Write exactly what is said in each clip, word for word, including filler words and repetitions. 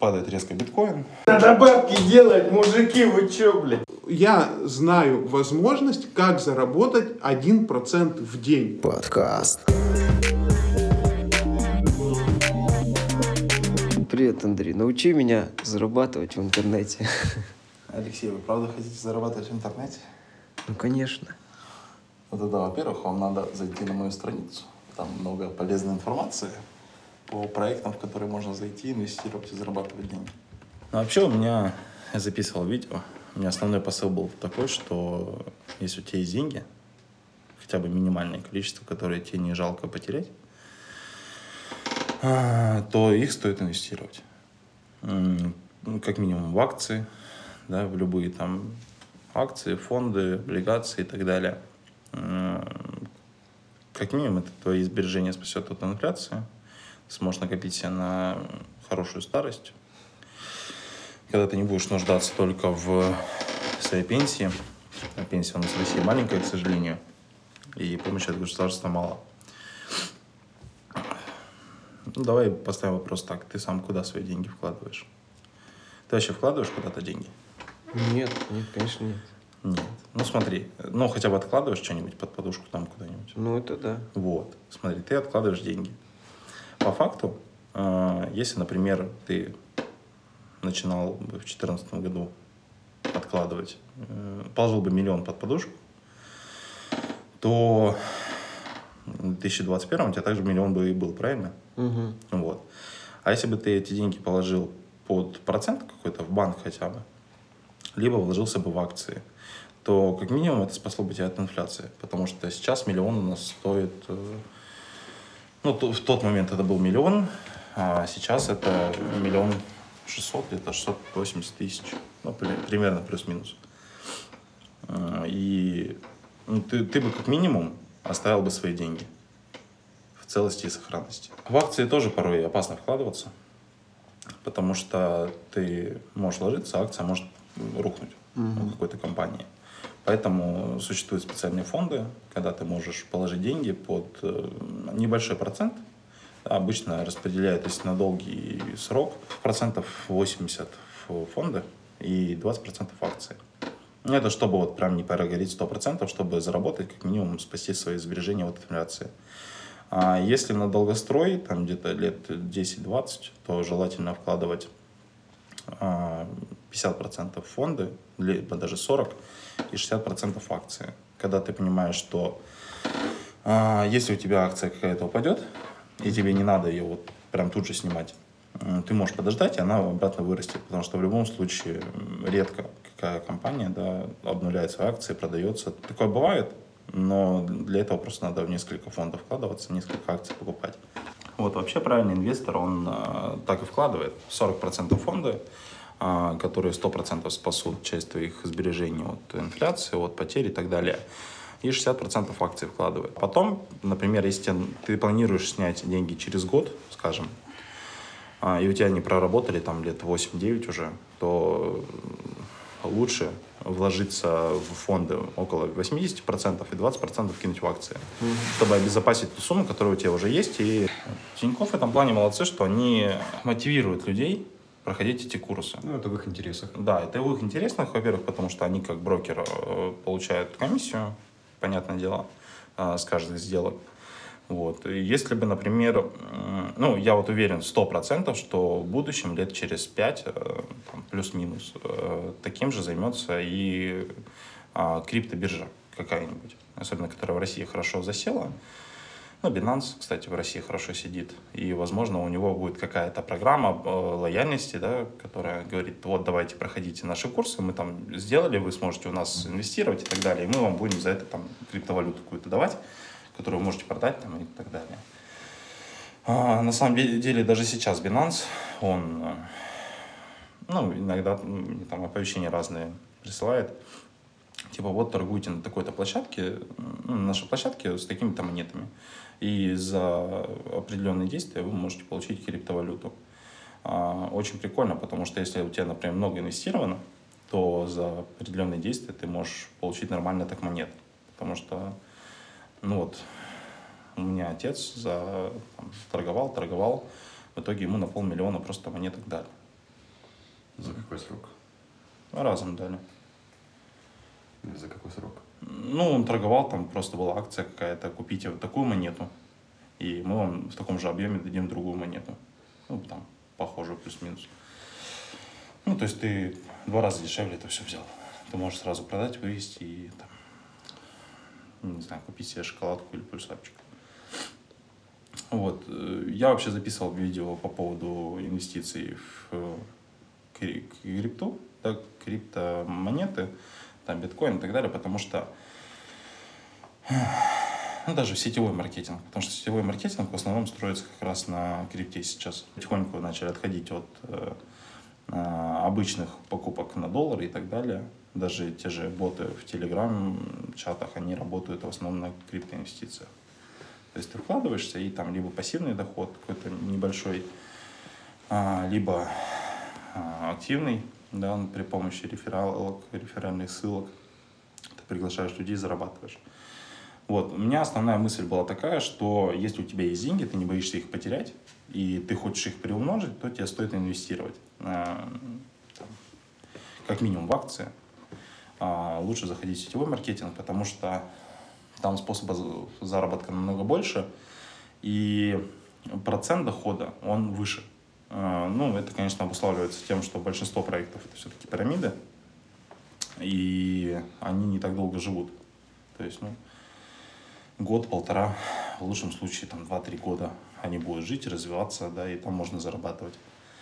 падает резко биткоин. Надо бабки делать, мужики, вы чё, блядь? Я знаю возможность, как заработать один процент в день. Подкаст. Привет, Андрей. Научи меня зарабатывать в интернете. Алексей, вы правда хотите зарабатывать в интернете? Ну, конечно. Ну тогда, во-первых, вам надо зайти на мою страницу. Там много полезной информации по проектам, в которые можно зайти, инвестировать и зарабатывать деньги. Ну, вообще у меня, я записывал видео, у меня основной посыл был такой, что если у тебя есть деньги, хотя бы минимальное количество, которое тебе не жалко потерять, то их стоит инвестировать. Как минимум в акции, да, в любые там акции, фонды, облигации и так далее. Как минимум это твои сбережения спасет от инфляции. Сможешь накопить себе на хорошую старость, когда ты не будешь нуждаться только в своей пенсии. А пенсия у нас в России маленькая, к сожалению, и помощи от государства мало. Ну, давай поставим вопрос так. Ты сам куда свои деньги вкладываешь? Ты вообще вкладываешь куда-то деньги? Нет, нет, конечно нет. Нет. Ну смотри, ну хотя бы откладываешь что-нибудь под подушку там куда-нибудь. Ну, это да. Вот, смотри, ты откладываешь деньги. По факту, э, если, например, ты начинал бы в две тысячи четырнадцатом году откладывать, э, положил бы миллион под подушку, то в две тысячи двадцать первом у тебя также миллион бы и был, правильно? Угу. Вот. А если бы ты эти деньги положил под процент какой-то в банк хотя бы, либо вложился бы в акции, то как минимум это спасло бы тебя от инфляции. Потому что сейчас миллион у нас стоит... Ну, в тот момент это был миллион, а сейчас это миллион шестьсот, где-то шестьсот восемьдесят тысяч. Ну, примерно плюс-минус. И ну, ты, ты бы как минимум оставил бы свои деньги в целости и сохранности. В акции тоже порой опасно вкладываться, потому что ты можешь вложиться, а акция может рухнуть mm-hmm. у какой-то компании. Поэтому существуют специальные фонды, когда ты можешь положить деньги под небольшой процент. Обычно распределяют, если на долгий срок, процентов восемьдесят в фонды и двадцать процентов акции. Это чтобы вот прям не прогореть сто процентов, чтобы заработать, как минимум спасти свои сбережения от инфляции. А если на долгострой, там где-то лет десять-двадцать, то желательно вкладывать пятьдесят процентов в фонды, либо даже сорок процентов, и шестьдесят процентов акции. Когда ты понимаешь, что а, если у тебя акция какая-то упадет, и тебе не надо ее вот прям тут же снимать, ты можешь подождать, и она обратно вырастет. Потому что в любом случае редко какая компания, да, обнуляет свои акции, продается. Такое бывает, но для этого просто надо в несколько фондов вкладываться, несколько акций покупать. Вот вообще правильный инвестор, он а, так и вкладывает. сорок процентов фонды, а, которые сто процентов спасут часть твоих сбережений от инфляции, от потерь и так далее. И шестьдесят процентов акций вкладывает. Потом, например, если ты планируешь снять деньги через год, скажем, а, и у тебя не проработали там лет восемь-девять уже, то лучше вложиться в фонды около восемьдесят процентов и двадцать процентов кинуть в акции, mm-hmm. чтобы обезопасить ту сумму, которая у тебя уже есть. И Тинькофф в этом плане молодцы, что они мотивируют людей проходить эти курсы. Ну, это в их интересах. Да, это в их интересах, во-первых, потому что они как брокер получают комиссию, понятное дело, с каждой сделок. Вот. И если бы, например, ну, я вот уверен сто процентов, что в будущем, лет через пять, там, плюс-минус, таким же займется и криптобиржа какая-нибудь, особенно которая в России хорошо засела. Ну, Binance, кстати, в России хорошо сидит, и, возможно, у него будет какая-то программа лояльности, да, которая говорит, вот, давайте проходите наши курсы, мы там сделали, вы сможете у нас инвестировать и так далее, и мы вам будем за это там криптовалюту какую-то давать, которую вы можете продать там и так далее. А, на самом деле, даже сейчас Binance, он, ну, иногда там оповещения разные присылает, типа, вот, торгуйте на такой-то площадке, ну, на нашей площадке с такими-то монетами. И за определенные действия вы можете получить криптовалюту. А, очень прикольно, потому что если у тебя, например, много инвестировано, то за определенные действия ты можешь получить нормально так монет. Потому что, ну вот, у меня отец за, там, торговал, торговал, в итоге ему на полмиллиона просто монеток дали. За какой срок? Разом дали. Или за какой срок? Ну, он торговал, там просто была акция какая-то, купите вот такую монету, и мы вам в таком же объеме дадим другую монету. Ну, там, похожую, плюс-минус. Ну, то есть ты два раза дешевле это все взял. Ты можешь сразу продать, вывести и, там, не знаю, купить себе шоколадку или пульсарчик. Вот. Я вообще записывал видео по поводу инвестиций в крипту, да, криптомонеты, там, биткоин и так далее, потому что ну, даже в сетевой маркетинг, потому что сетевой маркетинг в основном строится как раз на крипте сейчас. Потихоньку начали отходить от э, обычных покупок на доллары и так далее. Даже те же боты в телеграм-чатах, они работают в основном на криптоинвестициях. То есть ты вкладываешься, и там либо пассивный доход какой-то небольшой, а, либо а, активный, да, при помощи рефералок, реферальных ссылок. Ты приглашаешь людей, зарабатываешь. Вот. У меня основная мысль была такая, что если у тебя есть деньги, ты не боишься их потерять, и ты хочешь их приумножить, то тебе стоит инвестировать. А, там, как минимум в акции. А, лучше заходить в сетевой маркетинг, потому что там способов заработка намного больше, и процент дохода, он выше. Ну, это, конечно, обуславливается тем, что большинство проектов это все-таки пирамиды, и они не так долго живут. То есть, ну, год-полтора, в лучшем случае, там, два-три года они будут жить, развиваться, да, и там можно зарабатывать.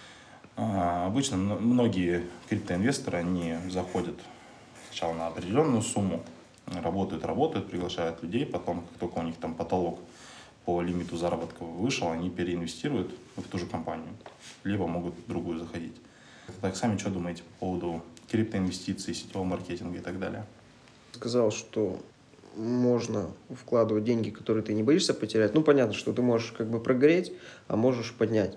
А, обычно многие криптоинвесторы, они заходят сначала на определенную сумму, работают, работают, приглашают людей, потом, как только у них там потолок по лимиту заработка вышел, они переинвестируют в ту же компанию, либо могут в другую заходить. Так, сами что думаете по поводу криптоинвестиций, сетевого маркетинга и так далее? Сказал, что можно вкладывать деньги, которые ты не боишься потерять. Ну, понятно, что ты можешь как бы прогореть, а можешь поднять.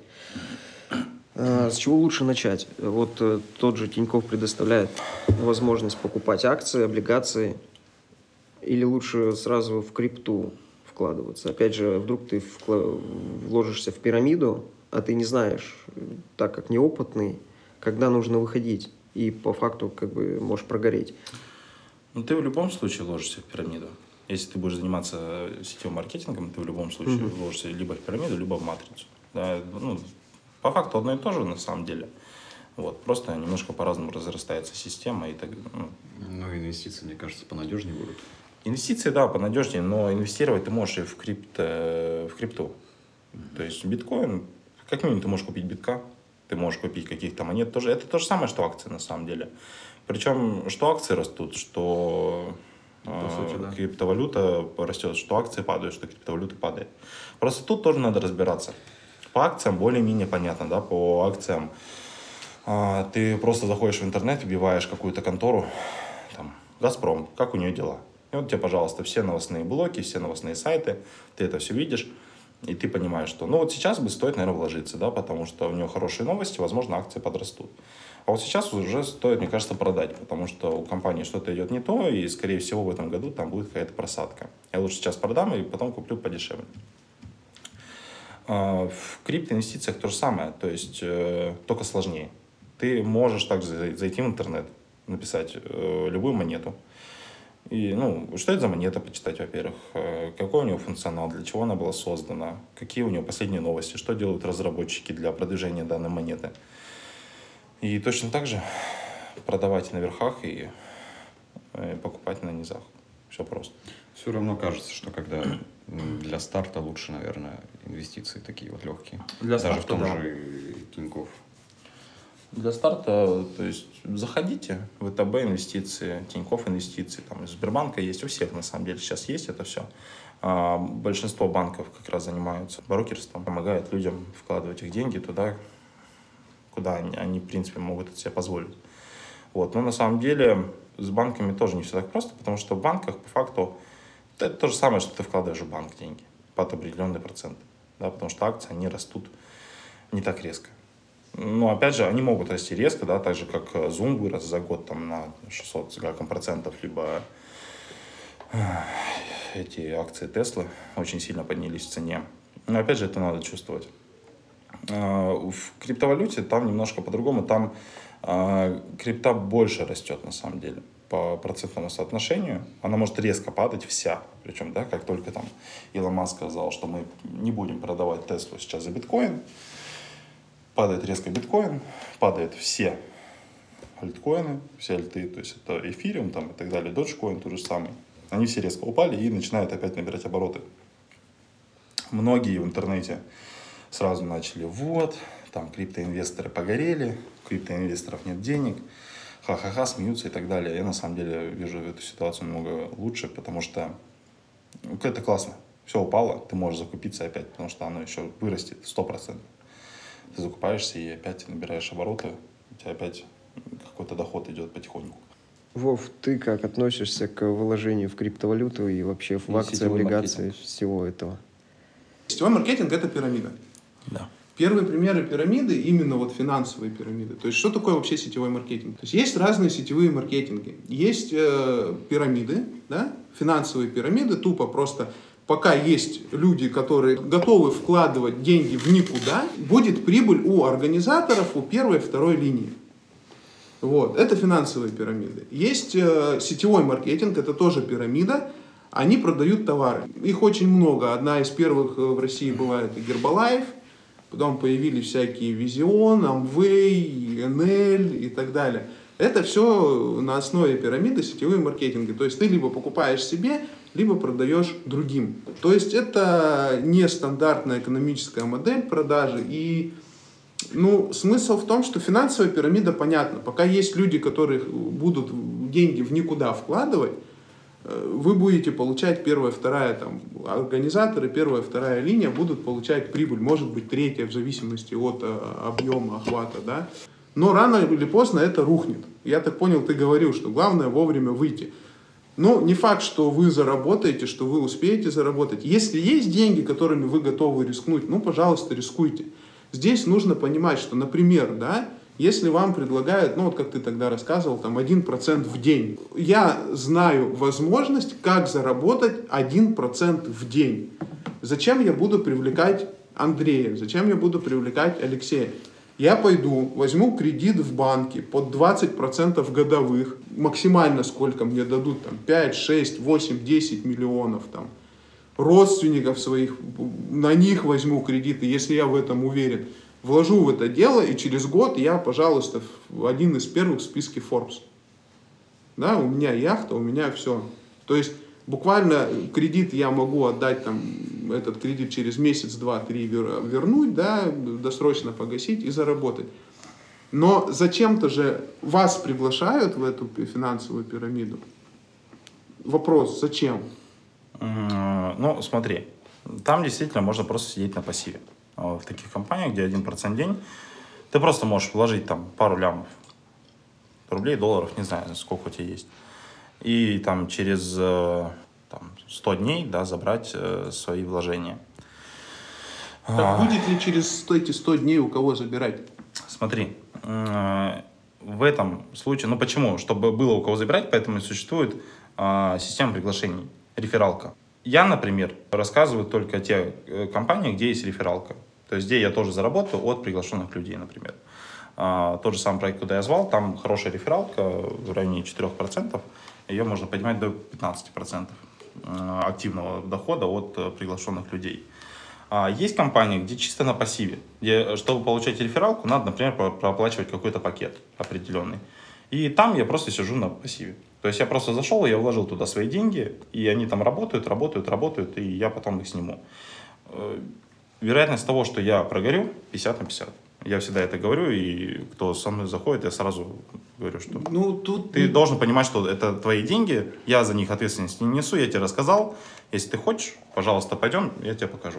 С чего лучше начать? Вот тот же Тинькофф предоставляет возможность покупать акции, облигации. Или лучше сразу в крипту вкладываться? Опять же, вдруг ты вкла- вложишься в пирамиду, а ты не знаешь, так как неопытный, когда нужно выходить. И по факту как бы можешь прогореть. Ну, ты в любом случае ложишься в пирамиду. Если ты будешь заниматься сетевым маркетингом, ты в любом случае mm-hmm. ложишься либо в пирамиду, либо в матрицу. Да, ну, по факту одно и то же на самом деле. Вот, просто немножко по-разному разрастается система. И так, ну. ну, инвестиции, мне кажется, понадежнее будут. Инвестиции, да, понадежнее, но инвестировать ты можешь и в, крипто, в крипту. Mm-hmm. То есть биткоин, как минимум ты можешь купить битка, ты можешь купить каких-то монет. Тоже, это то же самое, что акции на самом деле. Причем, что акции растут, что По сути, да. криптовалюта растет, что акции падают, что криптовалюта падает. Просто тут тоже надо разбираться. По акциям более-менее понятно, да, по акциям а, ты просто заходишь в интернет, вбиваешь какую-то контору, там, Газпром, как у нее дела. И вот тебе, пожалуйста, все новостные блоки, все новостные сайты, ты это все видишь, и ты понимаешь, что, ну вот сейчас бы стоит, наверное, вложиться, да, потому что у нее хорошие новости, возможно, акции подрастут. А вот сейчас уже стоит, мне кажется, продать, потому что у компании что-то идет не то, и, скорее всего, в этом году там будет какая-то просадка. Я лучше сейчас продам и потом куплю подешевле. В криптоинвестициях то же самое, то есть только сложнее. Ты можешь также зайти в интернет, написать любую монету. И, ну, что это за монета, почитать, во-первых, какой у него функционал, для чего она была создана, какие у него последние новости, что делают разработчики для продвижения данной монеты. И точно так же продавать на верхах и покупать на низах. Все просто. Все равно кажется, что когда для старта лучше, наверное, инвестиции такие вот легкие. Для Даже старта, в том да. же Тинькофф. Для старта, то есть заходите в ВТБ инвестиции, Тинькофф инвестиции, там из Сбербанка есть, у всех на самом деле сейчас есть это все. А большинство банков как раз занимаются брокерством, помогают людям вкладывать их деньги туда, куда они, они в принципе могут это себе позволить. Вот. Но на самом деле с банками тоже не все так просто, потому что в банках по факту это то же самое, что ты вкладываешь в банк деньги под определенный процент, да, потому что акции, они растут не так резко. Но опять же, они могут расти резко, да, так же как Zoom вырос за год там, на шестьсот с гаком процентов, либо эти акции Tesla очень сильно поднялись в цене. Но опять же, это надо чувствовать. В криптовалюте там немножко по-другому, там А крипта больше растет на самом деле по процентному соотношению. Она может резко падать вся. Причем, да, как только там Илон Маск сказал, что мы не будем продавать Теслу сейчас за биткоин, падает резко биткоин, падают все альткоины, все альты, то есть это эфириум там, и так далее, Dogecoin тот же самый. Они все резко упали и начинают опять набирать обороты. Многие в интернете сразу начали, вот, там криптоинвесторы погорели, у криптоинвесторов нет денег, ха-ха-ха, смеются и так далее. Я на самом деле вижу эту ситуацию намного лучше, потому что ну, это классно. Все упало, ты можешь закупиться опять, потому что оно еще вырастет сто процентов. Ты закупаешься и опять набираешь обороты, у тебя опять какой-то доход идет потихоньку. Вов, ты как относишься к вложению в криптовалюту и вообще в И акции, сетевой облигации, маркетинг. всего этого? Сетевой маркетинг – это пирамида. Да. Первые примеры пирамиды именно вот финансовые пирамиды. То есть что такое вообще сетевой маркетинг? То есть есть разные сетевые маркетинги. Есть э, пирамиды, да? Финансовые пирамиды, тупо просто пока есть люди, которые готовы вкладывать деньги в никуда, будет прибыль у организаторов, у первой и второй линии. Вот. Это финансовые пирамиды. Есть э, сетевой маркетинг, это тоже пирамида. Они продают товары. Их очень много. Одна из первых в России была это Гербалайф. Потом появились всякие Визион, Амвей, эн эль и так далее. Это все на основе пирамиды сетевые маркетинги. То есть ты либо покупаешь себе, либо продаешь другим. То есть это нестандартная экономическая модель продажи. И ну, смысл в том, что финансовая пирамида понятна. Пока есть люди, которые будут деньги в никуда вкладывать, вы будете получать первая, вторая, там, организаторы, первая, вторая линия будут получать прибыль, может быть, третья, в зависимости от а, объема охвата, да. Но рано или поздно это рухнет. Я так понял, ты говорил, что главное вовремя выйти. Но не факт, что вы заработаете, что вы успеете заработать. Если есть деньги, которыми вы готовы рискнуть, ну, пожалуйста, рискуйте. Здесь нужно понимать, что, например, да, если вам предлагают, ну вот как ты тогда рассказывал, там один процент в день. Я знаю возможность, как заработать один процент в день. Зачем я буду привлекать Андрея? Зачем я буду привлекать Алексея? Я пойду, возьму кредит в банке под двадцать процентов годовых. Максимально сколько мне дадут, там пять, шесть, восемь, десять миллионов. Там, родственников своих, на них возьму кредиты, если я в этом уверен. Вложу в это дело, и через год я, пожалуйста, один из первых в списке Forbes. Да, у меня яхта, у меня все. То есть, буквально кредит я могу отдать, там, этот кредит через месяц, два, три вернуть, да, досрочно погасить и заработать. Но зачем-то же вас приглашают в эту финансовую пирамиду. Вопрос, зачем? Ну, смотри, там действительно можно просто сидеть на пассиве. В таких компаниях, где один процент в день, ты просто можешь вложить там пару лямов рублей, долларов, не знаю, сколько у тебя есть. И там через там, сто дней, да, забрать э, свои вложения. Так А, будет ли через эти сто дней у кого забирать? Смотри, э, в этом случае, ну почему? Чтобы было у кого забирать, поэтому и существует э, система приглашений, рефералка. Я, например, рассказываю только о тех компаниях, где есть рефералка. То есть, где я тоже заработаю от приглашенных людей, например. А, тот же самый проект, куда я звал, там хорошая рефералка в районе четыре процента. Ее можно поднимать до пятнадцати процентов активного дохода от приглашенных людей. А есть компании, где чисто на пассиве. Где, чтобы получать рефералку, надо, например, прооплачивать какой-то пакет определенный. И там я просто сижу на пассиве. То есть я просто зашел, я вложил туда свои деньги, и они там работают, работают, работают, и я потом их сниму. Вероятность того, что я прогорю, пятьдесят на пятьдесят. Я всегда это говорю, и кто со мной заходит, я сразу говорю, что Ну, тут... ты должен понимать, что это твои деньги, я за них ответственность не несу, я тебе рассказал. Если ты хочешь, пожалуйста, пойдем, я тебе покажу.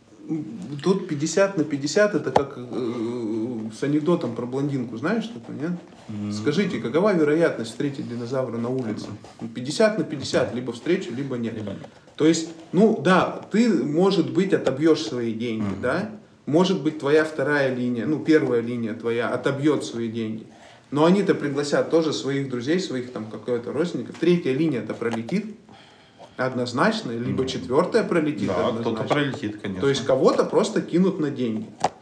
Тут пятьдесят на пятьдесят, это как э, с анекдотом про блондинку, знаешь такое, нет? Mm. Скажите, какова вероятность встретить динозавра на улице? пятьдесят на пятьдесят, либо встречу, либо нет. Либо нет. То есть, ну да, ты, может быть, отобьешь свои деньги, mm. да? Может быть, твоя вторая линия, ну, первая линия твоя отобьет свои деньги. Но они-то пригласят тоже своих друзей, своих там какого-то родственников. Третья линия-то пролетит однозначно, либо четвертая пролетит Да, однозначно. кто-то пролетит, конечно. То есть кого-то просто кинут на деньги. Да.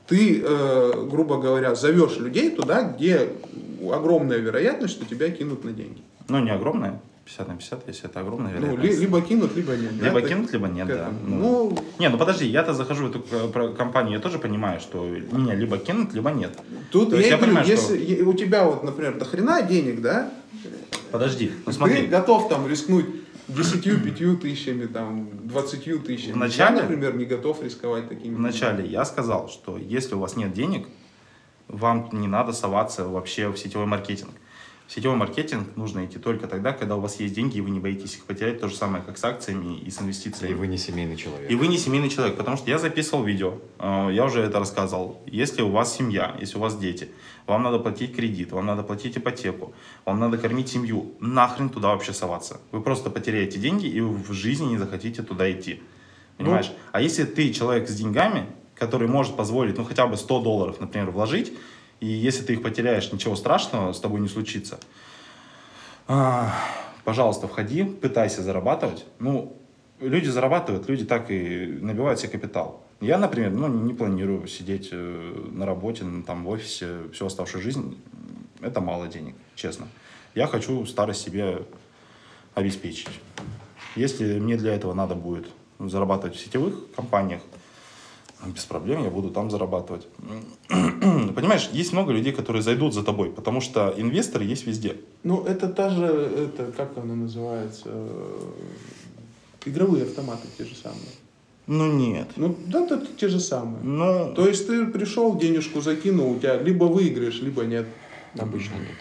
ты, э, грубо говоря, зовешь людей туда, где огромная вероятность, что тебя кинут на деньги. Ну, не огромная, пятьдесят на пятьдесят, если это огромная Ну, вероятность. ли, либо кинут, либо нет. Либо да, кинут, так, либо нет, к да. этому. Ну, Ну, не, ну подожди, я-то захожу в эту э, про- компанию, я тоже понимаю, что меня либо кинут, либо нет. тут То я, есть я говорю, понимаю, если что- е- у тебя вот, например, до хрена денег, да, Подожди, ну ты смотри. готов там рискнуть десятью, пятью тысячами, там, двадцатью тысячами. Вначале- Я, например, не готов рисковать такими. Вначале я сказал, что если у вас нет денег, вам не надо соваться вообще в сетевой маркетинг. В сетевой маркетинг нужно идти только тогда, когда у вас есть деньги, и вы не боитесь их потерять. То же самое, как с акциями и с инвестициями. И вы не семейный человек. И вы не семейный человек, потому что я записывал видео, э, я уже это рассказывал. Если у вас семья, если у вас дети, вам надо платить кредит, вам надо платить ипотеку, вам надо кормить семью, нахрен туда вообще соваться. Вы просто потеряете деньги, и вы в жизни не захотите туда идти. Понимаешь? Ну, а если ты человек с деньгами, который может позволить, ну, хотя бы сто долларов, например, вложить, и если ты их потеряешь, ничего страшного с тобой не случится. А, пожалуйста, входи, пытайся зарабатывать. Ну, люди зарабатывают, люди так и набивают себе капитал. Я, например, ну, не планирую сидеть э, на работе, ну, там, в офисе всю оставшую жизнь. Это мало денег, честно. Я хочу старость себе обеспечить. Если мне для этого надо будет зарабатывать в сетевых компаниях, без проблем я буду там зарабатывать. Понимаешь, есть много людей, которые зайдут за тобой, потому что инвесторы есть везде. Ну, это та же, это, как она называется, э, игровые автоматы те же самые. Ну нет. Ну, да, это те же самые. Ну, То есть ты пришел, денежку закинул, у тебя либо выиграешь, либо нет. Обычно нет.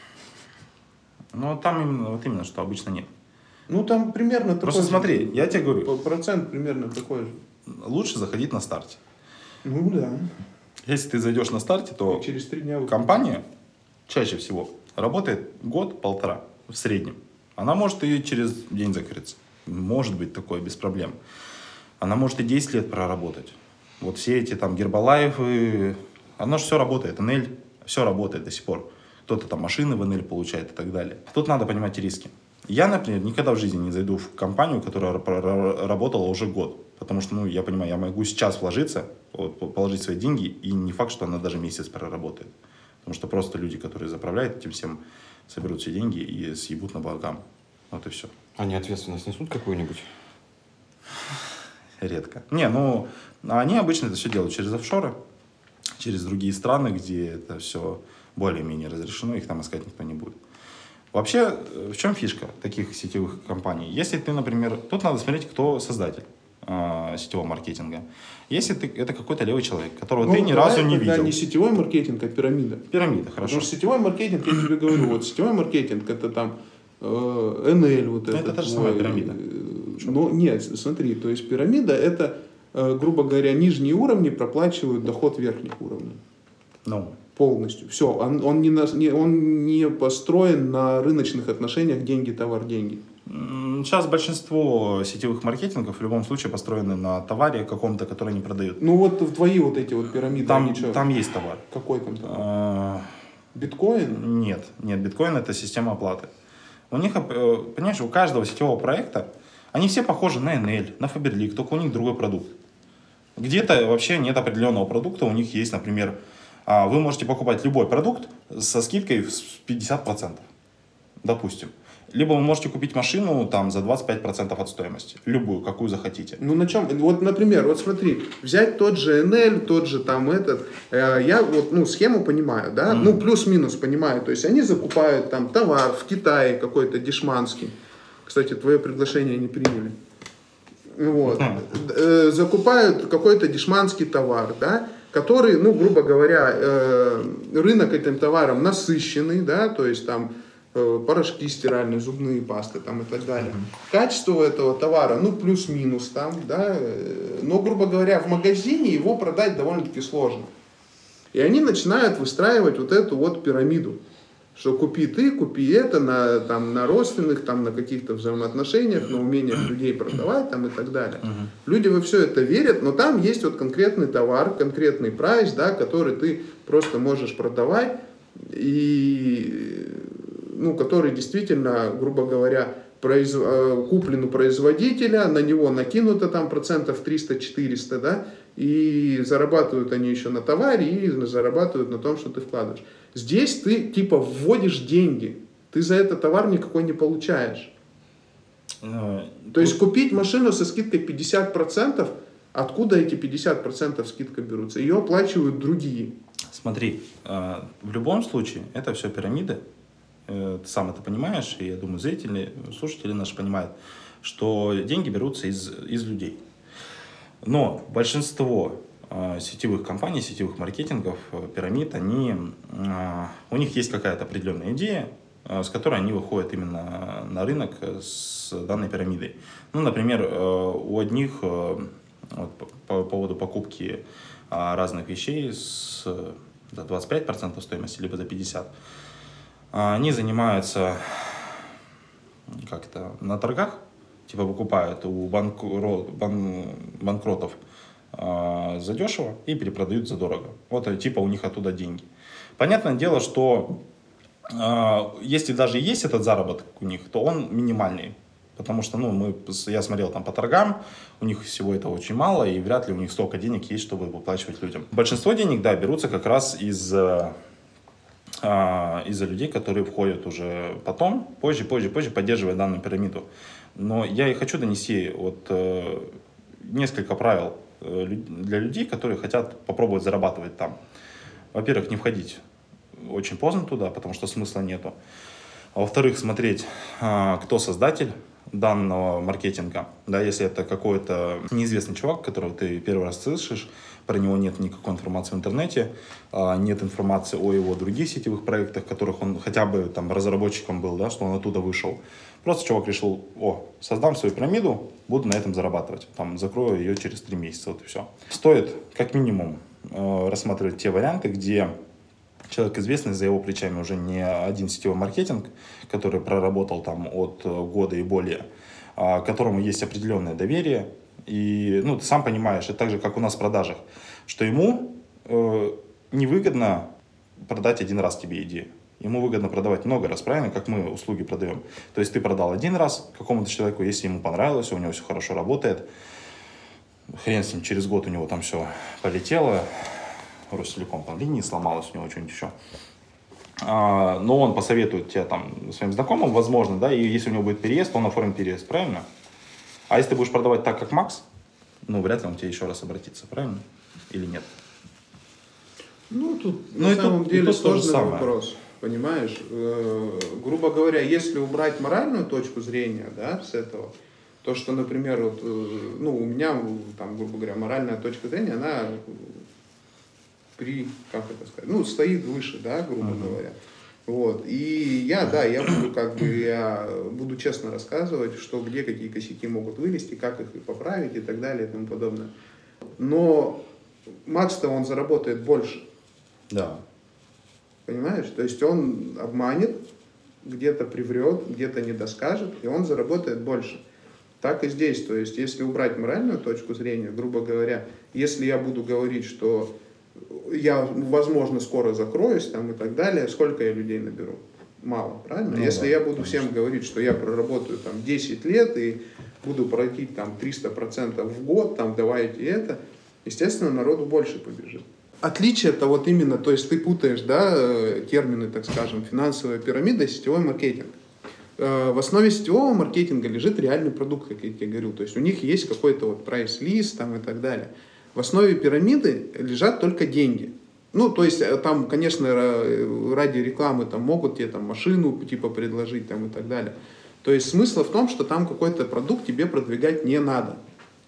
ну там именно, вот именно, что обычно нет. Ну, там примерно такой Просто же, смотри, я тебе говорю. п- процент примерно такой же. Лучше заходить на старте. Ну, да. Если ты зайдешь на старте, то И через три дня... вы- компания чаще всего работает год-полтора в среднем. Она может и через день закрыться. Может быть такое, без проблем. Она может и десять лет проработать. Вот все эти там Гербалаевы, оно же все работает, эн эль, все работает до сих пор. Кто-то там машины в эн эль получает и так далее. Тут надо понимать риски. Я, например, никогда в жизни не зайду в компанию, которая проработала уже год. Потому что, ну, я понимаю, я могу сейчас вложиться, вот, положить свои деньги, и не факт, что она даже месяц проработает. Потому что просто люди, которые заправляют этим всем, соберут все деньги и съебут на богам. Вот и все. Они ответственность несут какую-нибудь? Редко. Не, ну, они обычно это все делают через офшоры, через другие страны, где это все более-менее разрешено, их там искать никто не будет. Вообще, в чем фишка таких сетевых компаний? Если ты, например, тут надо смотреть, кто создатель э, сетевого маркетинга. Если ты, это какой-то левый человек, которого Ну, ты ни давай разу не тогда видел. не сетевой маркетинг, а пирамида. Пирамида, хорошо. Потому что сетевой маркетинг, я тебе говорю, вот сетевой маркетинг, это там э, эн эль, вот Ну, это. это та же самая пирамида. Ну, нет, смотри, то есть пирамида это, э, грубо говоря, нижние уровни проплачивают доход верхних уровней. Ну, Полностью. Все, он, он, не, на- не, он не построен на рыночных отношениях деньги, товар, деньги. м, сейчас большинство сетевых маркетингов в любом случае построены на товаре каком-то, который они продают. Ну вот в твои вот эти вот пирамиды, Там, они чё? там есть товар. Какой там товар? А, Биткоин? Нет, нет, биткоин это система оплаты. У них, э, понимаешь, у каждого сетевого проекта, они все похожи на эн эль, на Faberlic, только у них другой продукт. Где-то вообще нет определенного продукта, у них есть, например, а, вы можете покупать любой продукт со скидкой в пятьдесят процентов, допустим. Либо вы можете купить машину там за двадцать пять процентов от стоимости, любую, какую захотите. Ну на чем? Вот, например, вот смотри, взять тот же эн эль, тот же там этот, э, я вот, ну, схему понимаю, да, Мгм. ну, плюс-минус понимаю, то есть они закупают там товар в Китае какой-то дешманский, кстати, твое приглашение не приняли, вот, Мгм. Э, закупают какой-то дешманский товар, да, который, ну, грубо говоря, э, рынок этим товаром насыщенный, да, то есть там э, порошки стиральные, зубные пасты там и так далее. Качество этого товара, ну, плюс-минус там, да, э, но, грубо говоря, в магазине его продать довольно-таки сложно. И они начинают выстраивать вот эту вот пирамиду, что купи ты, купи это на, там, на родственных, там, на каких-то взаимоотношениях, на умениях людей продавать там, и так далее. Мгм. Люди во все это верят, но там есть вот конкретный товар, конкретный прайс, да, который ты просто можешь продавать, и, ну, который действительно, грубо говоря, произ... э, куплен у производителя, на него накинуто там процентов триста-четыреста, да, и зарабатывают они еще на товаре, и зарабатывают на том, что ты вкладываешь. Здесь ты типа вводишь деньги, ты за это товар никакой не получаешь. Ну, То тут- есть купить машину со скидкой пятьдесят процентов, откуда эти пятьдесят процентов скидка берутся? Ее оплачивают другие. Смотри, э, в любом случае, это все пирамиды. Э, Ты сам это понимаешь, и я думаю, зрители, слушатели наши понимают, что деньги берутся из, из людей. Но большинство э, сетевых компаний, сетевых маркетингов, э, пирамид, они, э, у них есть какая-то определенная идея, э, с которой они выходят именно на рынок с данной пирамидой. Ну, например, э, у одних э, вот, по, по поводу покупки э, разных вещей с э, за двадцать пять процентов стоимости, либо за пятьдесят процентов, они занимаются как это, на торгах, типа выкупают у банкро, бан, банкротов э, задешево и перепродают задорого. Вот э, типа у них оттуда деньги. Понятное дело, что э, если даже есть этот заработок у них, то он минимальный. Потому что, ну, мы, я смотрел там по торгам, у них всего этого очень мало, и вряд ли у них столько денег есть, чтобы выплачивать людям. Большинство денег, да, берутся как раз из, э, из-за людей, которые входят уже потом, позже, позже, позже, поддерживая данную пирамиду. Но я и хочу донести вот э, несколько правил э, для людей, которые хотят попробовать зарабатывать там. Во-первых, не входить очень поздно туда, потому что смысла нету. А во-вторых, смотреть, э, кто создатель данного маркетинга. Да, если это какой-то неизвестный чувак, которого ты первый раз слышишь, про него нет никакой информации в интернете, нет информации о его других сетевых проектах, которых он хотя бы там разработчиком был, да, что он оттуда вышел. Просто чувак решил: о, создам свою пирамиду, буду на этом зарабатывать. Там, закрою ее через три месяца, вот и все. Стоит как минимум рассматривать те варианты, где человек известный, за его плечами уже не один сетевой маркетинг, который проработал там от года и более, к которому есть определенное доверие. И, ну, ты сам понимаешь, это так же, как у нас в продажах, что ему э, невыгодно продать один раз тебе идею. Ему выгодно продавать много раз, правильно, как мы услуги продаем. То есть ты продал один раз какому-то человеку, если ему понравилось, у него все хорошо работает, хрен с ним, через год у него там все полетело, Ростелеком там линии сломалось, у него что-нибудь еще. А, но он посоветует тебе там своим знакомым, возможно, да, и если у него будет переезд, он оформит переезд, правильно? А если ты будешь продавать так, как Макс, ну, вряд ли он тебе еще раз обратится, правильно? Или нет? Ну, тут Ну, на и самом тут- и деле тут то же сложный самое. вопрос, понимаешь? Э, грубо говоря, если убрать моральную точку зрения, да, с этого, то, что, например, вот, э, ну, у меня, там, грубо говоря, моральная точка зрения, она при, как это сказать, ну, стоит выше, да, грубо uh-huh. говоря. Вот. И я, да, я буду как бы, я буду честно рассказывать, что где какие косяки могут вылезти, как их поправить и так далее и тому подобное. Но Макс-то он заработает больше. Да. Понимаешь? То есть он обманет, где-то приврет, где-то не доскажет, и он заработает больше. Так и здесь. То есть если убрать моральную точку зрения, грубо говоря, если я буду говорить, что я, возможно, скоро закроюсь там, и так далее, сколько я людей наберу? Мало, правильно? Ну, если да, я буду конечно. Всем говорить, что я проработаю там десять лет и буду платить там триста процентов в год, там давайте это, естественно, народу больше побежит. Отличие-то вот именно, то есть ты путаешь, да, термины, так скажем, финансовая пирамида и сетевой маркетинг. В основе сетевого маркетинга лежит реальный продукт, как я тебе говорил. То есть у них есть какой-то вот прайс-лист там и так далее. В основе пирамиды лежат только деньги. Ну, то есть там, конечно, ради рекламы там могут тебе там машину типа предложить там и так далее. То есть смысл в том, что там какой-то продукт тебе продвигать не надо.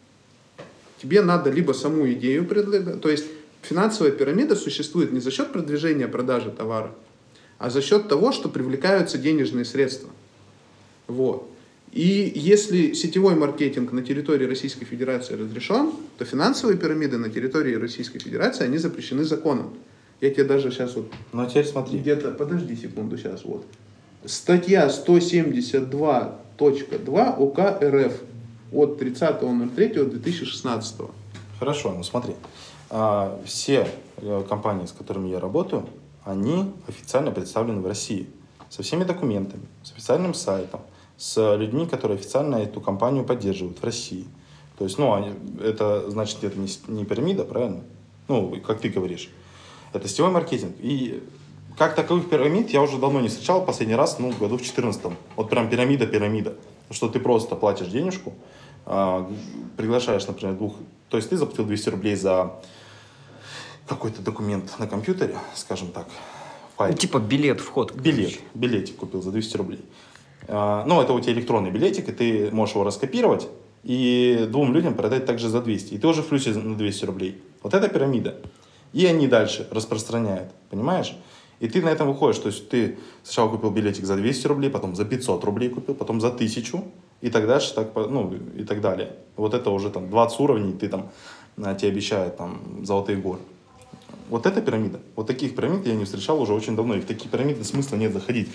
Тебе надо либо саму идею предлагать. То есть финансовая пирамида существует не за счет продвижения продажи товара, а за счет того, что привлекаются денежные средства. Вот. И если сетевой маркетинг на территории Российской Федерации разрешен, то финансовые пирамиды на территории Российской Федерации, они запрещены законом. Я тебе даже сейчас вот... Ну, а теперь смотри. Где-то, подожди секунду, сейчас вот. Статья сто семьдесят два точка два УК РФ от тридцатого ноль третьего две тысячи шестнадцатого. Хорошо, ну смотри. А, все компании, с которыми я работаю, они официально представлены в России. Со всеми документами, с официальным сайтом, с людьми, которые официально эту компанию поддерживают в России. То есть, ну, они, это значит, это не, не пирамида, правильно? Ну, как ты говоришь. Это сетевой маркетинг. И как таковых пирамид я уже давно не встречал. Последний раз, ну, в году в четырнадцатом. Вот прям пирамида-пирамида. Что ты просто платишь денежку, а, приглашаешь, например, двух... То есть ты заплатил двести рублей за какой-то документ на компьютере, скажем так. Файл. Ну, типа билет, вход. Билет. Билетик купил за двести рублей. А, ну, это у тебя электронный билетик, и ты можешь его раскопировать и двум людям продать также за двести. И ты уже в плюсе на двести рублей. Вот это пирамида. И они дальше распространяют, понимаешь? И ты на этом выходишь, то есть ты сначала купил билетик за двести рублей, потом за пятьсот рублей купил, потом за тысячу, и так дальше, так, ну, и так далее. Вот это уже там двадцать уровней, ты там, тебе обещают там золотые горы. Вот это пирамида. Вот таких пирамид я не встречал уже очень давно, и в такие пирамиды смысла нет заходить.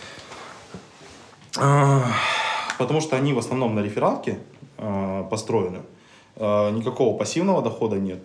Потому что они в основном на рефералке построены. Никакого пассивного дохода нет.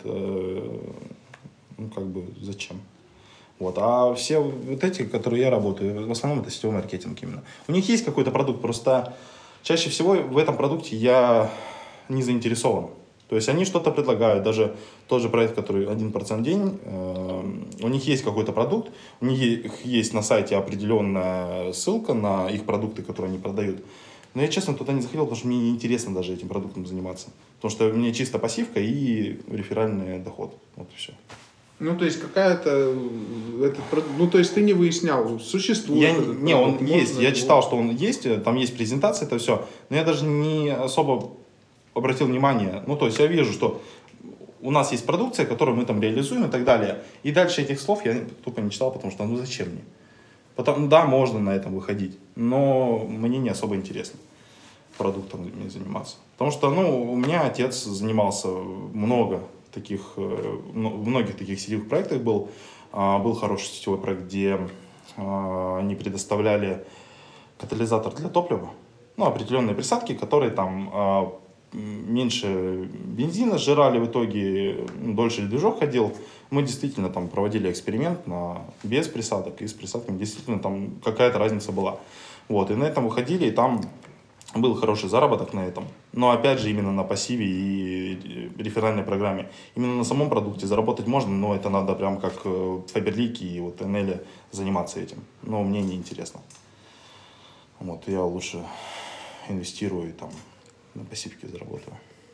Ну, как бы, зачем? Вот. А все вот эти, которые я работаю, в основном это сетевой маркетинг именно. У них есть какой-то продукт, просто чаще всего в этом продукте я не заинтересован. То есть они что-то предлагают, даже тот же проект, который один процент в день, э, у них есть какой-то продукт, у них есть на сайте определенная ссылка на их продукты, которые они продают. Но я, честно, туда не заходил, потому что мне неинтересно даже этим продуктом заниматься. Потому что у меня чисто пассивка и реферальный доход. Вот и все. Ну, то есть какая-то... Этот, ну, то есть ты не выяснял, существует я, этот Не, он продукт, есть. можно Я его... читал, что он есть, там есть презентация, это все. Но я даже не особо обратил внимание. Ну, то есть я вижу, что у нас есть продукция, которую мы там реализуем и так далее. И дальше этих слов я тупо не читал, потому что, ну, зачем мне? Потом, да, можно на этом выходить, но мне не особо интересно продуктом заниматься. Потому что, ну, у меня отец занимался много таких, в многих таких сетевых проектах был. Был хороший сетевой проект, где они предоставляли катализатор для топлива. Ну, определенные присадки, которые там меньше бензина сжирали в итоге, дольше движок ходил. Мы действительно там проводили эксперимент на, без присадок и с присадками. Действительно там какая-то разница была. Вот, и на этом выходили, и там был хороший заработок на этом. Но опять же именно на пассиве и реферальной программе. Именно на самом продукте заработать можно, но это надо прям как Faberlic и вот эн эл заниматься этим. Но мне не интересно. Вот, я лучше инвестирую и там на пассивке заработаю.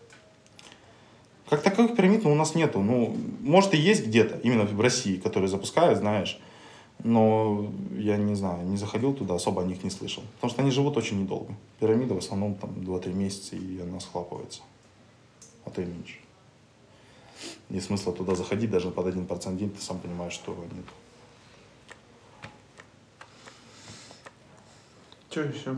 Как таковых пирамид, ну, у нас нету. Ну, может и есть где-то, именно в России, которые запускают, знаешь. Но я не знаю, не заходил туда, особо о них не слышал. Потому что они живут очень недолго. Пирамида в основном там два-три месяца, и она схлапывается. А то и меньше. Нет смысла туда заходить даже под один процент в день, ты сам понимаешь, что нет. Что еще?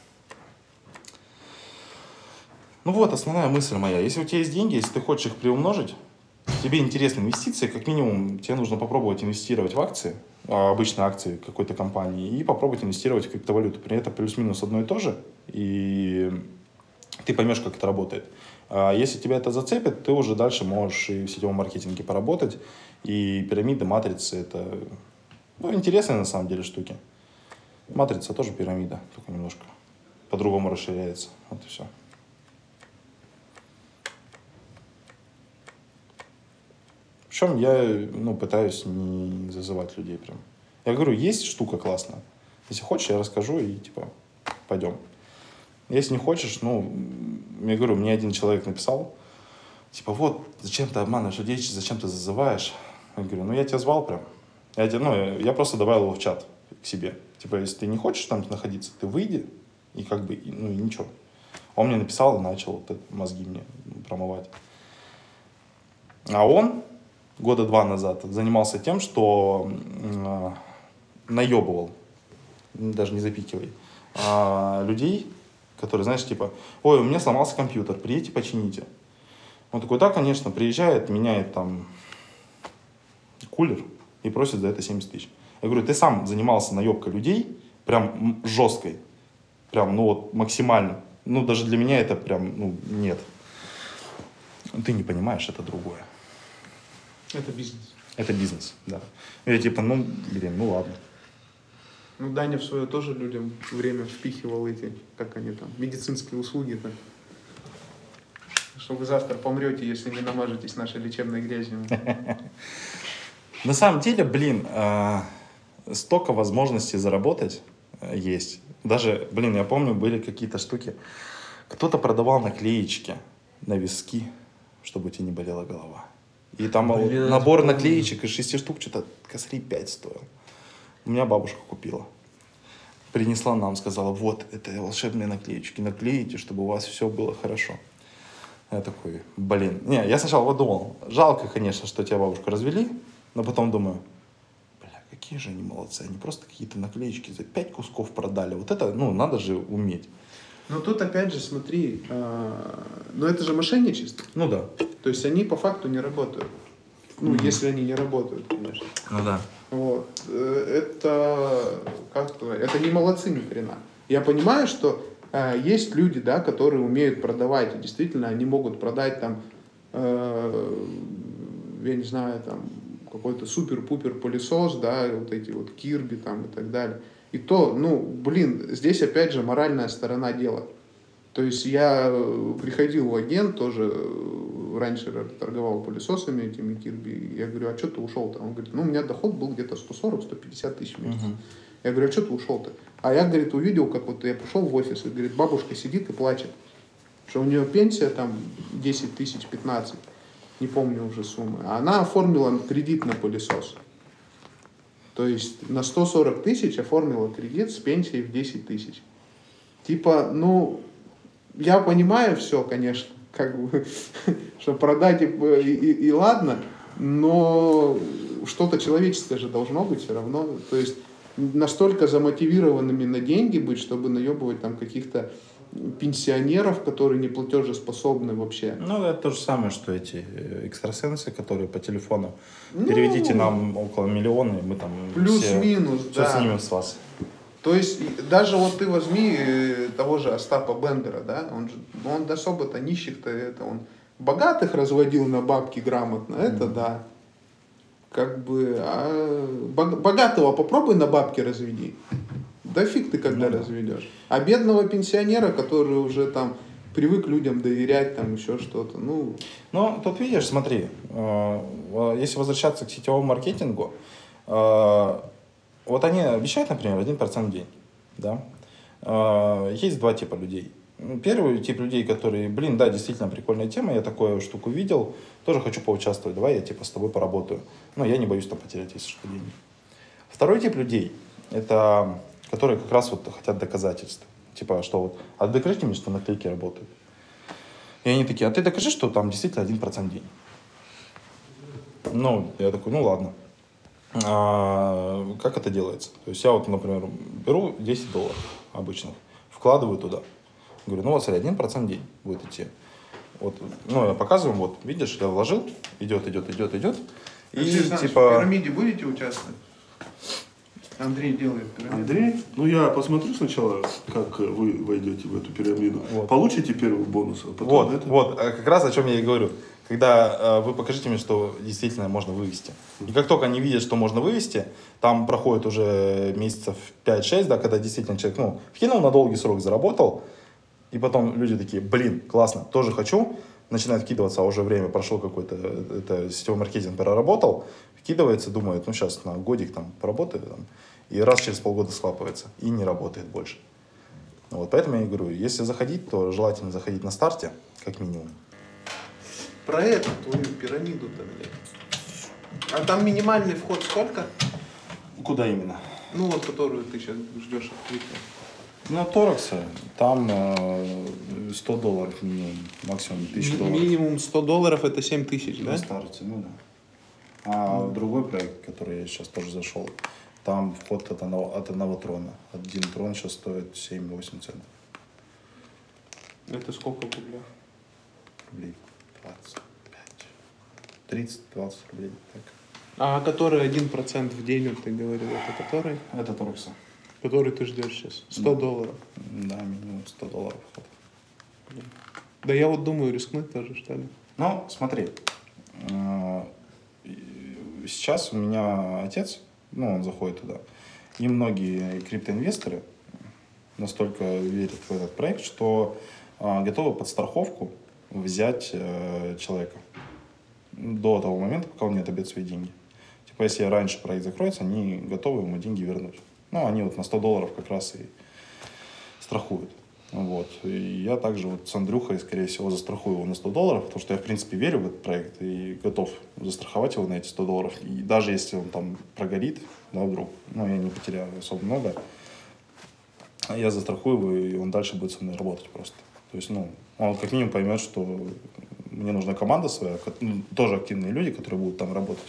Ну вот, основная мысль моя. Если у тебя есть деньги, если ты хочешь их приумножить, тебе интересны инвестиции, как минимум тебе нужно попробовать инвестировать в акции, обычные акции какой-то компании, и попробовать инвестировать в криптовалюту. При этом плюс-минус одно и то же, и ты поймешь, как это работает. А если тебя это зацепит, ты уже дальше можешь и в сетевом маркетинге поработать, и пирамиды, матрицы — это, ну, интересные на самом деле штуки. Матрица тоже пирамида, только немножко по-другому расширяется. Вот и все. Причем я, ну, пытаюсь не зазывать людей прям. Я говорю, есть штука классная. Если хочешь, я расскажу и типа пойдем. Если не хочешь, ну, я говорю, мне один человек написал, типа, вот, зачем ты обманываешь людей, зачем ты зазываешь? Я говорю, ну, я тебя звал прям. Я, тебя, ну, я просто добавил его в чат к себе. Типа, если ты не хочешь там находиться, ты выйди, и как бы, ну, и ничего. Он мне написал и начал вот это, мозги мне промывать. А он года два назад занимался тем, что э, наебывал, даже не запикивай, э, людей, которые, знаешь, типа, ой, у меня сломался компьютер, приедьте, почините. Он такой, да, конечно, приезжает, меняет там кулер и просит за это семьдесят тысяч. Я говорю, ты сам занимался наебкой людей, прям жесткой, прям, ну вот, максимально. Ну, даже для меня это прям, ну, нет. Ты не понимаешь, это другое. Это бизнес. Это бизнес, да. Я типа, ну, блин, ну ладно. Ну, Даня в свое тоже людям время впихивал эти, как они там, медицинские услуги-то. Что вы завтра помрете, если не намажетесь нашей лечебной грязью. На самом деле, блин, э, столько возможностей заработать э, есть. Даже, блин, я помню, были какие-то штуки. Кто-то продавал наклеечки на виски, чтобы у тебя не болела голова. И там вот Блядь, набор помню. наклеечек из шести штук что-то косарей пять стоил. У меня бабушка купила. Принесла нам, сказала, вот, это волшебные наклеечки. Наклеите, чтобы у вас все было хорошо. Я такой, блин. Не, я сначала вот думал, жалко, конечно, что тебя бабушку развели, но потом думаю, бля, какие же они молодцы. Они просто какие-то наклеечки за пять кусков продали. Вот это, ну, надо же уметь. Но тут опять же, смотри, а, ну это же мошенничество. Ну да. То есть они по факту не работают. Ну, если они не работают, конечно. Ну да. Вот. Э, Это, как сказать, это не молодцы ни хрена. Я понимаю, что э, есть люди, да, которые умеют продавать, и действительно они могут продать там, э, я не знаю, там, какой-то супер-пупер пылесос, да, вот эти вот Кирби там и так далее. И то, ну, блин, здесь опять же моральная сторона дела. То есть я э, приходил в агент, тоже э, раньше торговал пылесосами этими Кирби. Я говорю, а что ты ушел-то? Он говорит, ну у меня доход был где-то сто сорок - сто пятьдесят тысяч в месяц. Мгм. Я говорю, а что ты ушел-то? А я, говорит, увидел, как вот я пришел в офис, и, говорит, бабушка сидит и плачет, что у нее пенсия там десять тысяч, пятнадцать, не помню уже суммы. А она оформила кредит на пылесос. То есть на сто сорок тысяч оформила кредит с пенсией в десять тысяч. Типа, ну, я понимаю все, конечно, как бы, что продать и, и, и ладно, но что-то человеческое же должно быть все равно. То есть настолько замотивированными на деньги быть, чтобы наебывать там каких-то пенсионеров, которые не платежеспособны вообще. Ну, это то же самое, что эти э, экстрасенсы, которые по телефону. Ну, Переведите нам около миллиона, и мы там Плюс-минус, все, да. все снимем с вас. То есть и даже вот ты возьми э, того же Остапа Бендера, да, он же, он особо-то нищих-то это, он богатых разводил на бабки грамотно, это Мгм. да. Как бы, а бог- богатого попробуй на бабки разведи. Да фиг ты когда Ну да. разведешь. А бедного пенсионера, который уже там привык людям доверять, там еще что-то, ну, Ну, тут видишь, смотри, э, э, если возвращаться к сетевому маркетингу, э, вот они обещают, например, один процент в день, да. Э, Есть два типа людей. Ну, Первый тип людей, которые, блин, да, действительно прикольная тема, я такую штуку видел, тоже хочу поучаствовать, давай я типа с тобой поработаю. Ну, я не боюсь там потерять, если что, деньги. Второй тип людей, это которые как раз вот хотят доказательств. Типа, что вот, а докажите мне, что наклейки работают. И они такие, а ты докажи, что там действительно один процент в день. Ну, я такой, ну ладно. А, как это делается? То есть я вот, например, беру десять долларов обычных, вкладываю туда. Говорю, ну вот смотри, один процент в день будет идти. Вот, ну, я показываю, вот, видишь, я вложил, идет, идет, идет, идет. И Алексей Александрович, типа... в пирамиде будете участвовать? Андрей делает пирамиду. Андрей, ну я посмотрю сначала, как вы войдете в эту пирамиду. Вот. Получите первый бонус, а потом Вот, это. вот, а как раз о чем я и говорю. Когда э, вы покажите мне, что действительно можно вывести. И как только они видят, что можно вывести, там проходит уже месяцев пять-шесть, да, когда действительно человек, ну, вкинул на долгий срок, заработал, и потом люди такие, блин, классно, тоже хочу, начинают вкидываться, а уже время прошло какой-то, это сетевой маркетинг проработал, вкидывается, думает, ну, сейчас на годик там поработаю, там, и раз через полгода схлапывается, и не работает больше. Вот, поэтому я и говорю, если заходить, то желательно заходить на старте, как минимум. Про эту твою пирамиду-то, блядь. А там минимальный вход сколько? Куда именно? Ну, вот которую ты сейчас ждешь открытия. На Торексе там э, сто долларов минимум, максимум тысяча долларов. Минимум сто долларов это семь тысяч, На да? старте, ну да. А другой проект, который я сейчас тоже зашел, там вход от одного, от одного трона. Один трон сейчас стоит семь-восемь центов. Это сколько в рублях? Рублей двадцать пять. тридцать-двадцать рублей. Так. А который один процент в день, вот ты говорил, это который? Это Торекса. Который ты ждешь сейчас? сто долларов. Да, минимум сто долларов вход. Да я вот думаю, рискнуть тоже, что ли. Ну, смотри, э, сейчас у меня отец, ну, он заходит туда, и многие криптоинвесторы настолько верят в этот проект, что э, готовы под страховку взять э, человека до того момента, пока он не отобьет свои деньги. Типа, если раньше проект закроется, они готовы ему деньги вернуть. Ну, они вот на сто долларов как раз и страхуют. Вот. И я также вот с Андрюхой, скорее всего, застрахую его на сто долларов, потому что я, в принципе, верю в этот проект и готов застраховать его на эти сто долларов. И даже если он там прогорит, да, вдруг, ну, я не потеряю особо много, я застрахую его, и он дальше будет со мной работать просто. То есть, ну, он как минимум поймет, что мне нужна команда своя, ну, тоже активные люди, которые будут там работать.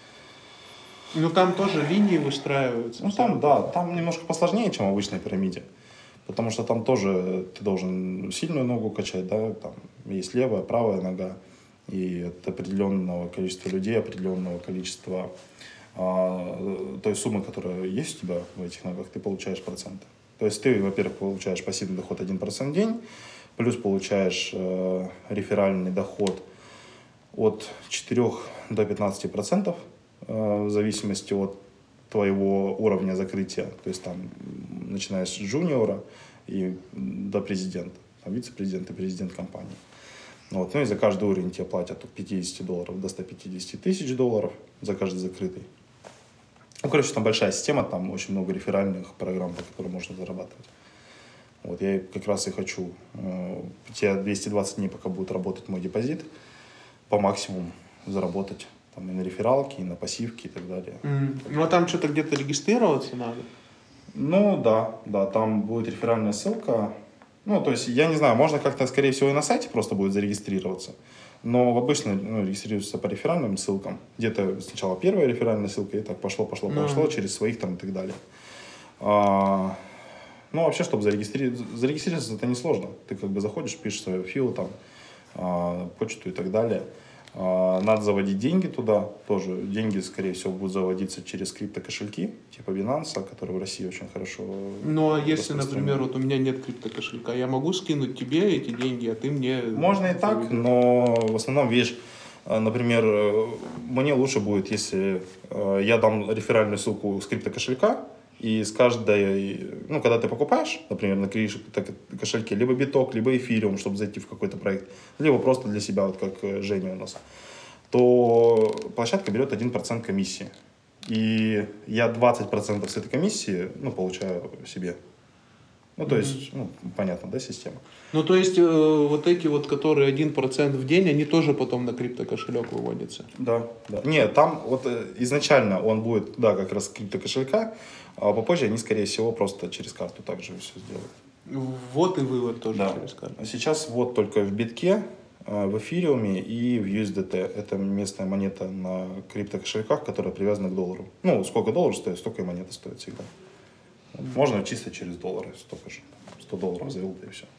Ну, там тоже линии выстраиваются. Ну, там, да, там немножко посложнее, чем в обычной пирамиде. Потому что там тоже ты должен сильную ногу качать, да, там есть левая, правая нога, и от определенного количества людей, определенного количества а, той суммы, которая есть у тебя в этих ногах, ты получаешь проценты. То есть ты, во-первых, получаешь пассивный доход один процент в день, плюс получаешь э, реферальный доход от четырёх до пятнадцати процентов, э, в зависимости от твоего уровня закрытия, то есть там начиная с джуниора и до президента, там вице-президент и президент компании. Вот. Ну и за каждый уровень тебе платят от пятидесяти долларов до ста пятидесяти тысяч долларов за каждый закрытый. Ну, короче, там большая система, там очень много реферальных программ, по которым можно зарабатывать. Вот я как раз и хочу. Те двести двадцать дней, пока будет работать мой депозит, по максимуму заработать там и на рефералке, и на пассивке, и так далее. Mm. Ну, а там что-то где-то регистрироваться надо? Ну, да, да, там будет реферальная ссылка. Ну, то есть, я не знаю, можно как-то, скорее всего, и на сайте просто будет зарегистрироваться. Но обычно ну, регистрируются по реферальным ссылкам. Где-то сначала первая реферальная ссылка, и так пошло, пошло, Mm. пошло, через своих там и так далее. А, ну, вообще, чтобы зарегистрироваться, зарегистрироваться, это несложно. Ты как бы заходишь, пишешь свою фил, там, а, почту и так далее. Надо заводить деньги туда, тоже деньги, скорее всего, будут заводиться через криптокошельки, типа Binance, которые в России очень хорошо. Ну, а если, например, вот у меня нет криптокошелька, я могу скинуть тебе эти деньги, а ты мне... Можно и так, но в основном, видишь, например, мне лучше будет, если я дам реферальную ссылку с криптокошелька, и с каждой, ну, когда ты покупаешь, например, на кошельке, либо биток, либо эфириум, чтобы зайти в какой-то проект, либо просто для себя, вот как Женя у нас, то площадка берет один процент комиссии. И я двадцать процентов с этой комиссии, ну, получаю себе. Ну, то есть, ну, понятно, да, система? Ну, то есть, э, вот эти вот, которые один процент в день, они тоже потом на криптокошелек выводятся? Да, да. Нет, там вот э, изначально он будет, да, как раз криптокошелька, а попозже они, скорее всего, просто через карту также все сделают. Вот и вывод тоже Да. через карту. А сейчас вот только в битке, э, в эфириуме и в ю эс ди ти. Это местная монета на криптокошельках, которая привязана к доллару. Ну, сколько долларов стоит, столько и монета стоит всегда. Можно чисто через доллары, столько же. сто долларов завел, да и все.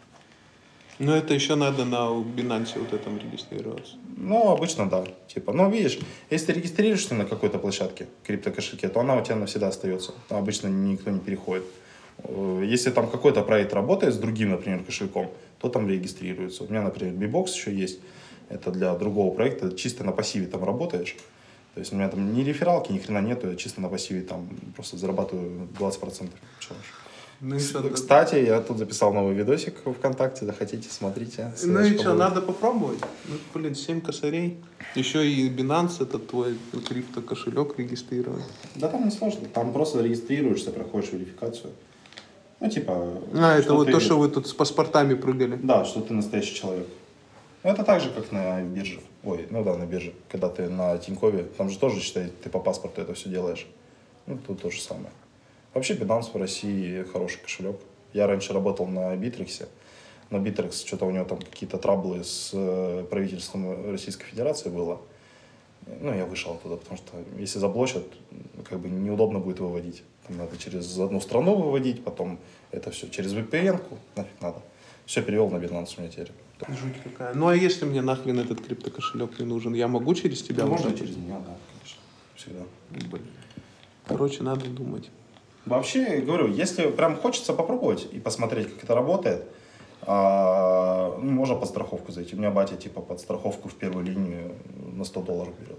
Но это еще надо на Binance вот этом регистрироваться. Ну, обычно да. Типа, ну, видишь, если ты регистрируешься на какой-то площадке, криптокошельке, то она у тебя навсегда остается. Там обычно никто не переходит. Если там какой-то проект работает с другим, например, кошельком, то там регистрируется. У меня, например, B-Box еще есть. Это для другого проекта. Чисто на пассиве там работаешь. То есть у меня там ни рефералки, ни хрена нету. Я чисто на пассиве там просто зарабатываю двадцать процентов. Ну и что, Кстати, я тут записал новый видосик в ВКонтакте, захотите, смотрите. ну и Ссылочка что, будет. надо попробовать? Ну, блин, семь косарей. Еще и Binance, это твой криптокошелек регистрировать. Да там не сложно, там просто регистрируешься, проходишь верификацию. Ну, типа... А, это что вот ты- то, что вы тут с паспортами прыгали. Да, что ты настоящий человек. Ну, это так же, как на бирже. Ой, ну да, на бирже. Когда ты на Тинькове, там же тоже, считай, ты по паспорту это все делаешь. Ну, тут то же самое. Вообще, Binance в России хороший кошелек. Я раньше работал на Битриксе, но Битрикс, что-то у него там какие-то траблы с э, правительством Российской Федерации было. Ну, я вышел оттуда, потому что если заблочат, как бы неудобно будет выводить. Там надо через одну страну выводить, потом это все через ви пи эн-ку, нафиг надо. Все перевел на Binance у меня теперь. Жуть какая. Ну а если мне нахрен этот криптокошелек не нужен, я могу через тебя? Можно выбрать? через меня, да, конечно. Всегда. Блин. Короче, надо думать. Вообще, говорю, если прям хочется попробовать и посмотреть, как это работает, а, ну, можно под страховку зайти. У меня батя типа под страховку в первую линию на сто долларов берет.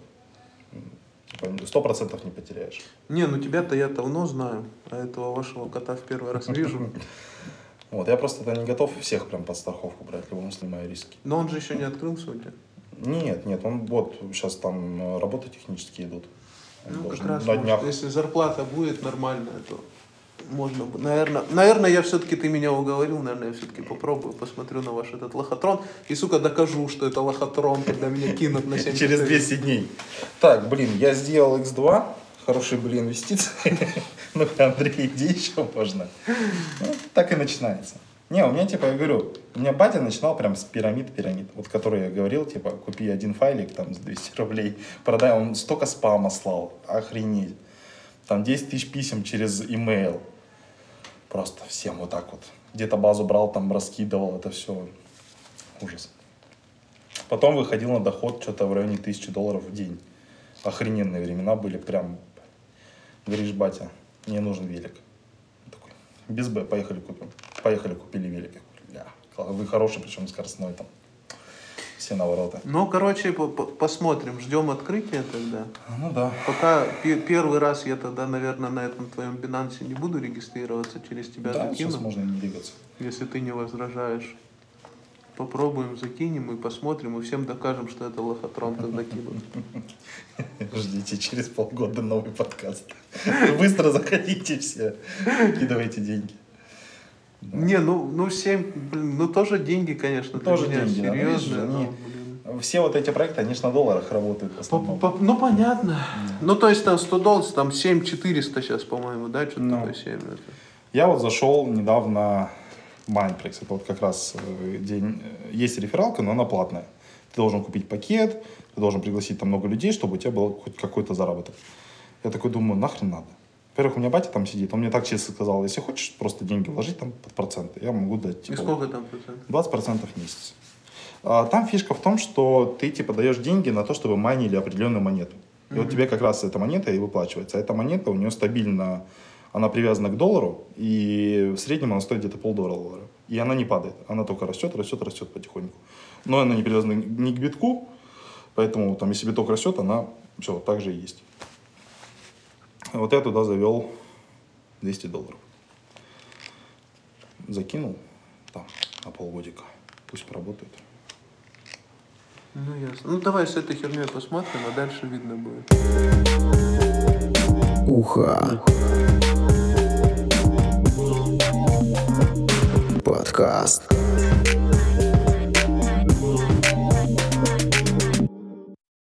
Типа, сто процентов не потеряешь. Не, ну тебя-то я давно знаю, а этого вашего кота в первый раз вижу. Вот, я просто это не готов всех прям под страховку брать, любому снимаю риски. Но он же еще не открылся у тебя. Нет, нет, он вот сейчас там э, работы технические идут. Он Ну, как должен раз, на может, днях. если зарплата будет нормальная, то можно бы. Наверное, наверное, я все-таки, ты меня уговорил, наверное, я все-таки попробую, посмотрю на ваш этот лохотрон и, сука, докажу, что это лохотрон, когда меня кинут на семь Через двести дней. Так, блин, я сделал икс два. Хорошие были инвестиции. Ну, Андрей, иди еще можно. Ну, так и начинается. Не, у меня, типа, я говорю, у меня батя начинал прям с пирамид-пирамид. Вот, который я говорил, типа, купи один файлик там за двести рублей, продай. Он столько спама слал. Охренеть. Там десять тысяч писем через имейл. Просто всем вот так вот. Где-то базу брал, там раскидывал. Это все ужас. Потом выходил на доход что-то в районе тысячи долларов в день. Охрененные времена были, прям, говоришь, батя, мне нужен велик. Он такой, без Б, поехали купим. Поехали, купили велик. Я говорю, вы хороший, причем скоростной там. Все навороты. Ну, короче, по- по- посмотрим, ждем открытия тогда. Ну да. Пока пе- первый раз я тогда, наверное, на этом твоем Binance не буду регистрироваться, через тебя Да, закину, сейчас можно и не двигаться. если ты не возражаешь. Попробуем, закинем и посмотрим, и всем докажем, что это лохотрон, когда кинут. Ждите, через полгода новый подкаст. Быстро заходите все, кидывайте деньги. Не, ну, ну семь, блин, ну тоже деньги, конечно, для Тоже меня деньги, да, ну, видишь, серьезные, они- но, блин. Все вот эти проекты, они же на долларах работают в По- основном. по- Ну, понятно. Ну, то есть там сто долларов, там семь четыреста сейчас, по-моему, да, что-то Ну. такое семь. это. Я вот зашел недавно в Mindplex. Это вот как раз э, день... э, Есть рефералка, но она платная. Ты должен купить пакет, ты должен пригласить там много людей, чтобы у тебя был хоть какой-то заработок. Я такой думаю, нахрен надо. Во-первых, у меня батя там сидит, он мне так честно сказал, если хочешь просто деньги вложить там под проценты, я могу дать И типа, сколько там процентов? двадцать процентов в месяц. А, там фишка в том, что ты типа даешь деньги на то, чтобы майнили определенную монету. И вот тебе как раз эта монета и выплачивается. А эта монета у нее стабильно, она привязана к доллару, и в среднем она стоит где-то полдоллара. И она не падает, она только растет, растет, растет потихоньку. Но она не привязана ни к битку, поэтому там, если биток растет, она все, так же и есть. Вот я туда завел двести долларов. Закинул там на полгодика. Пусть поработает. Ну, ясно. Ну, давай с этой херней посмотрим, а дальше видно будет. Уха. Подкаст.